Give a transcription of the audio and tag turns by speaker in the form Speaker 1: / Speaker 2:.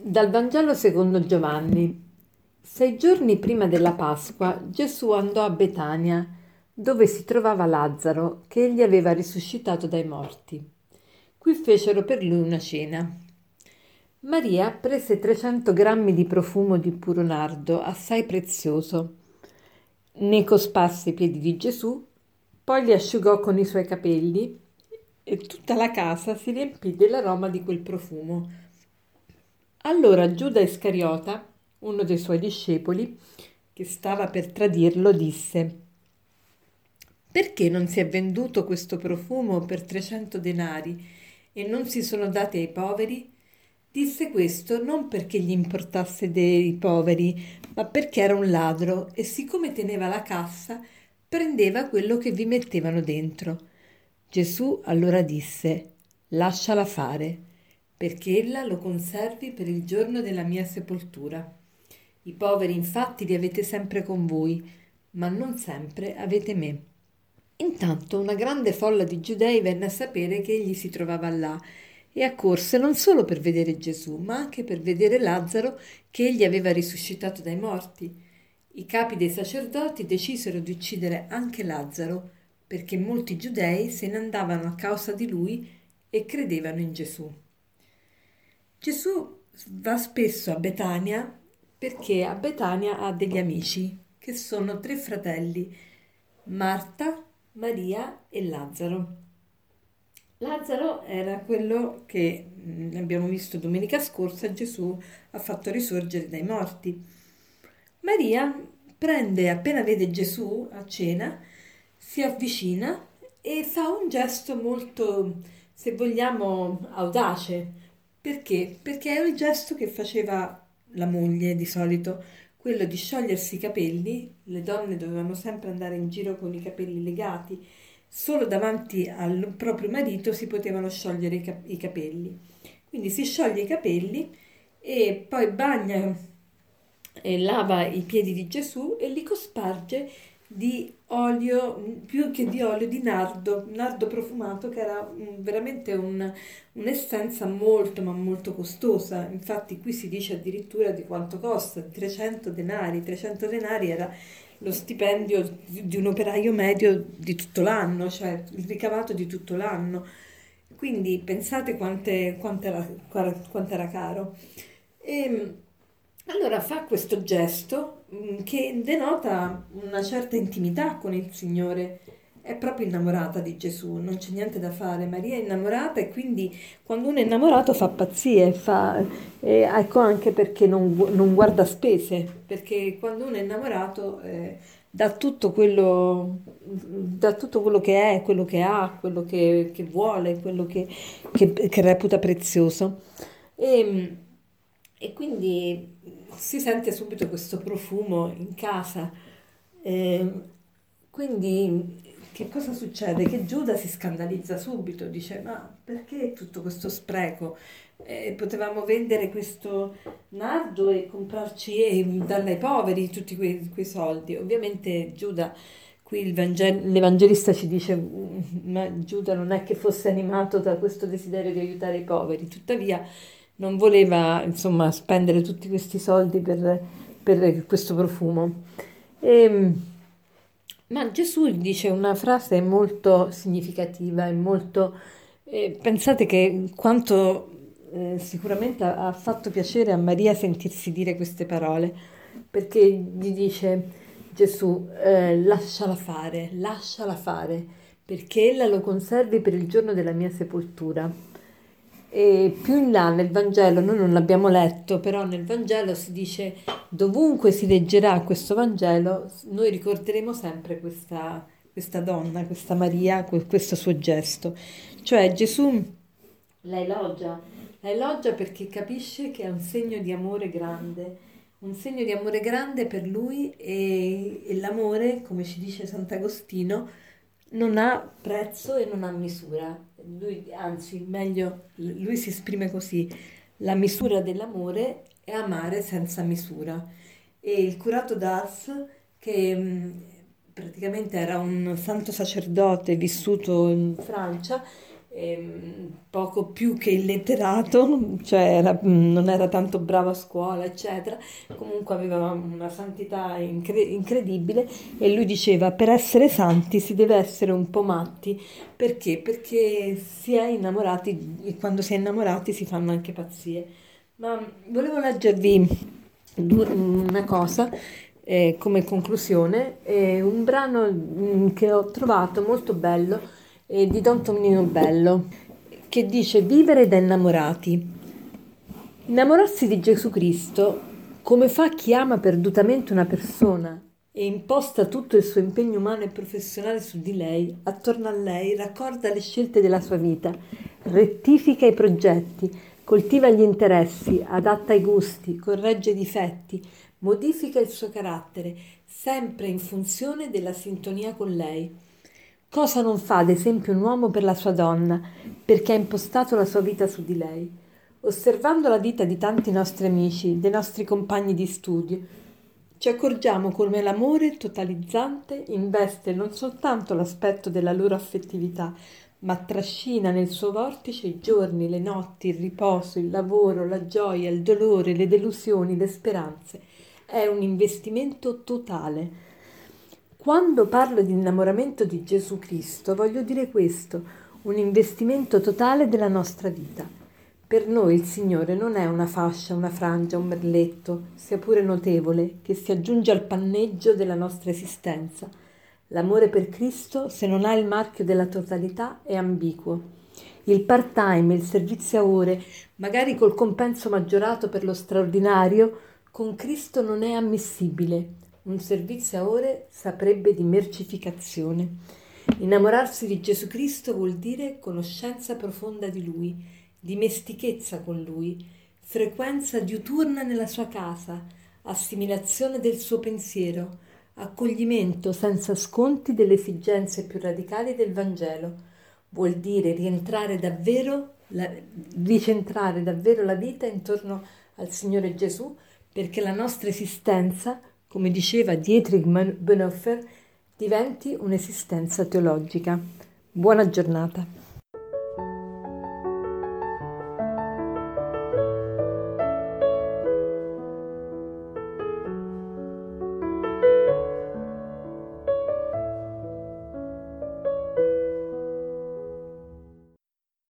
Speaker 1: Dal Vangelo secondo Giovanni. 6 giorni prima della Pasqua, Gesù andò a Betania, dove si trovava Lazzaro, che egli aveva risuscitato dai morti. Qui fecero per lui una cena. Maria prese 300 grammi di profumo di puro nardo, assai prezioso. Ne cosparse i piedi di Gesù, poi li asciugò con i suoi capelli e tutta la casa si riempì dell'aroma di quel profumo. Allora Giuda Iscariota, uno dei suoi discepoli, che stava per tradirlo, disse: Perché non si è venduto questo profumo per 300 denari e non si sono dati ai poveri? Disse questo non perché gli importasse dei poveri, ma perché era un ladro e siccome teneva la cassa, prendeva quello che vi mettevano dentro. Gesù allora disse: Lasciala fare, perché ella lo conservi per il giorno della mia sepoltura. I poveri infatti li avete sempre con voi, ma non sempre avete me. Intanto una grande folla di giudei venne a sapere che egli si trovava là e accorse non solo per vedere Gesù, ma anche per vedere Lazzaro che egli aveva risuscitato dai morti. I capi dei sacerdoti decisero di uccidere anche Lazzaro, perché molti giudei se ne andavano a causa di lui e credevano in Gesù. Gesù va spesso a Betania perché a Betania ha degli amici, che sono tre fratelli, Marta, Maria e Lazzaro. Lazzaro era quello che abbiamo visto domenica scorsa, Gesù ha fatto risorgere dai morti. Maria prende, appena vede Gesù a cena, si avvicina e fa un gesto molto, se vogliamo, audace. Perché? Perché è il gesto che faceva la moglie di solito, quello di sciogliersi i capelli. Le donne dovevano sempre andare in giro con i capelli legati, solo davanti al proprio marito si potevano sciogliere i capelli. Quindi si scioglie i capelli e poi bagna e lava i piedi di Gesù e li cosparge di olio, più che di olio, di nardo profumato, che era veramente un'essenza molto ma molto costosa. Infatti qui si dice addirittura di quanto costa: 300 denari. 300 denari era lo stipendio di un operaio medio di tutto l'anno, cioè il ricavato di tutto l'anno. Quindi pensate quanto era caro. E allora fa questo gesto che denota una certa intimità con il Signore. È proprio innamorata di Gesù, non c'è niente da fare. Maria è innamorata e quindi quando uno è innamorato fa pazzie, ecco anche perché non guarda spese, perché quando uno è innamorato dà tutto quello che è, quello che ha, quello che vuole, quello che reputa prezioso. E, e quindi si sente subito questo profumo in casa. Eh, quindi che cosa succede? Che Giuda si scandalizza subito, dice: Ma perché tutto questo spreco? Potevamo vendere questo nardo e comprarci e darlo ai poveri tutti quei soldi. Ovviamente Giuda, qui l'Evangelista ci dice: Ma Giuda non è che fosse animato da questo desiderio di aiutare i poveri, tuttavia non voleva, insomma, spendere tutti questi soldi per questo profumo. E, ma Gesù dice una frase molto significativa e molto... pensate che quanto sicuramente ha fatto piacere a Maria sentirsi dire queste parole, perché gli dice Gesù, lasciala fare, perché ella lo conservi per il giorno della mia sepoltura. E più in là nel Vangelo, noi non l'abbiamo letto, però nel Vangelo si dice: dovunque si leggerà questo Vangelo, noi ricorderemo sempre questa donna, questa Maria, questo suo gesto. Cioè Gesù la elogia perché capisce che è un segno di amore grande per lui e l'amore, come ci dice Sant'Agostino, non ha prezzo e non ha misura. Lui, anzi, meglio, lui si esprime così: la misura dell'amore è amare senza misura. E il curato d'Ars, che praticamente era un santo sacerdote vissuto in Francia, poco più che illetterato, cioè non era tanto bravo a scuola, eccetera. Comunque aveva una santità incredibile e lui diceva: per essere santi si deve essere un po' matti. Perché? Perché si è innamorati e quando si è innamorati si fanno anche pazzie. Ma volevo leggervi una cosa come conclusione, un brano che ho trovato molto bello di Don Tonino Bello, che dice: vivere da innamorati. Innamorarsi di Gesù Cristo, come fa chi ama perdutamente una persona e imposta tutto il suo impegno umano e professionale su di lei, attorno a lei, raccorda le scelte della sua vita, rettifica i progetti, coltiva gli interessi, adatta i gusti, corregge i difetti, modifica il suo carattere, sempre in funzione della sintonia con lei. Cosa non fa, ad esempio, un uomo per la sua donna, perché ha impostato la sua vita su di lei? Osservando la vita di tanti nostri amici, dei nostri compagni di studio, ci accorgiamo come l'amore totalizzante investe non soltanto l'aspetto della loro affettività, ma trascina nel suo vortice i giorni, le notti, il riposo, il lavoro, la gioia, il dolore, le delusioni, le speranze. È un investimento totale. Quando parlo di innamoramento di Gesù Cristo, voglio dire questo, un investimento totale della nostra vita. Per noi il Signore non è una fascia, una frangia, un merletto, sia pure notevole, che si aggiunge al panneggio della nostra esistenza. L'amore per Cristo, se non ha il marchio della totalità, è ambiguo. Il part-time, il servizio a ore, magari col compenso maggiorato per lo straordinario, con Cristo non è ammissibile. Un servizio a ore saprebbe di mercificazione. Innamorarsi di Gesù Cristo vuol dire conoscenza profonda di Lui, dimestichezza con Lui, frequenza diuturna nella sua casa, assimilazione del suo pensiero, accoglimento senza sconti delle esigenze più radicali del Vangelo. Vuol dire ricentrare davvero la vita intorno al Signore Gesù, perché la nostra esistenza, come diceva Dietrich Bonhoeffer, diventi un'esistenza teologica. Buona giornata.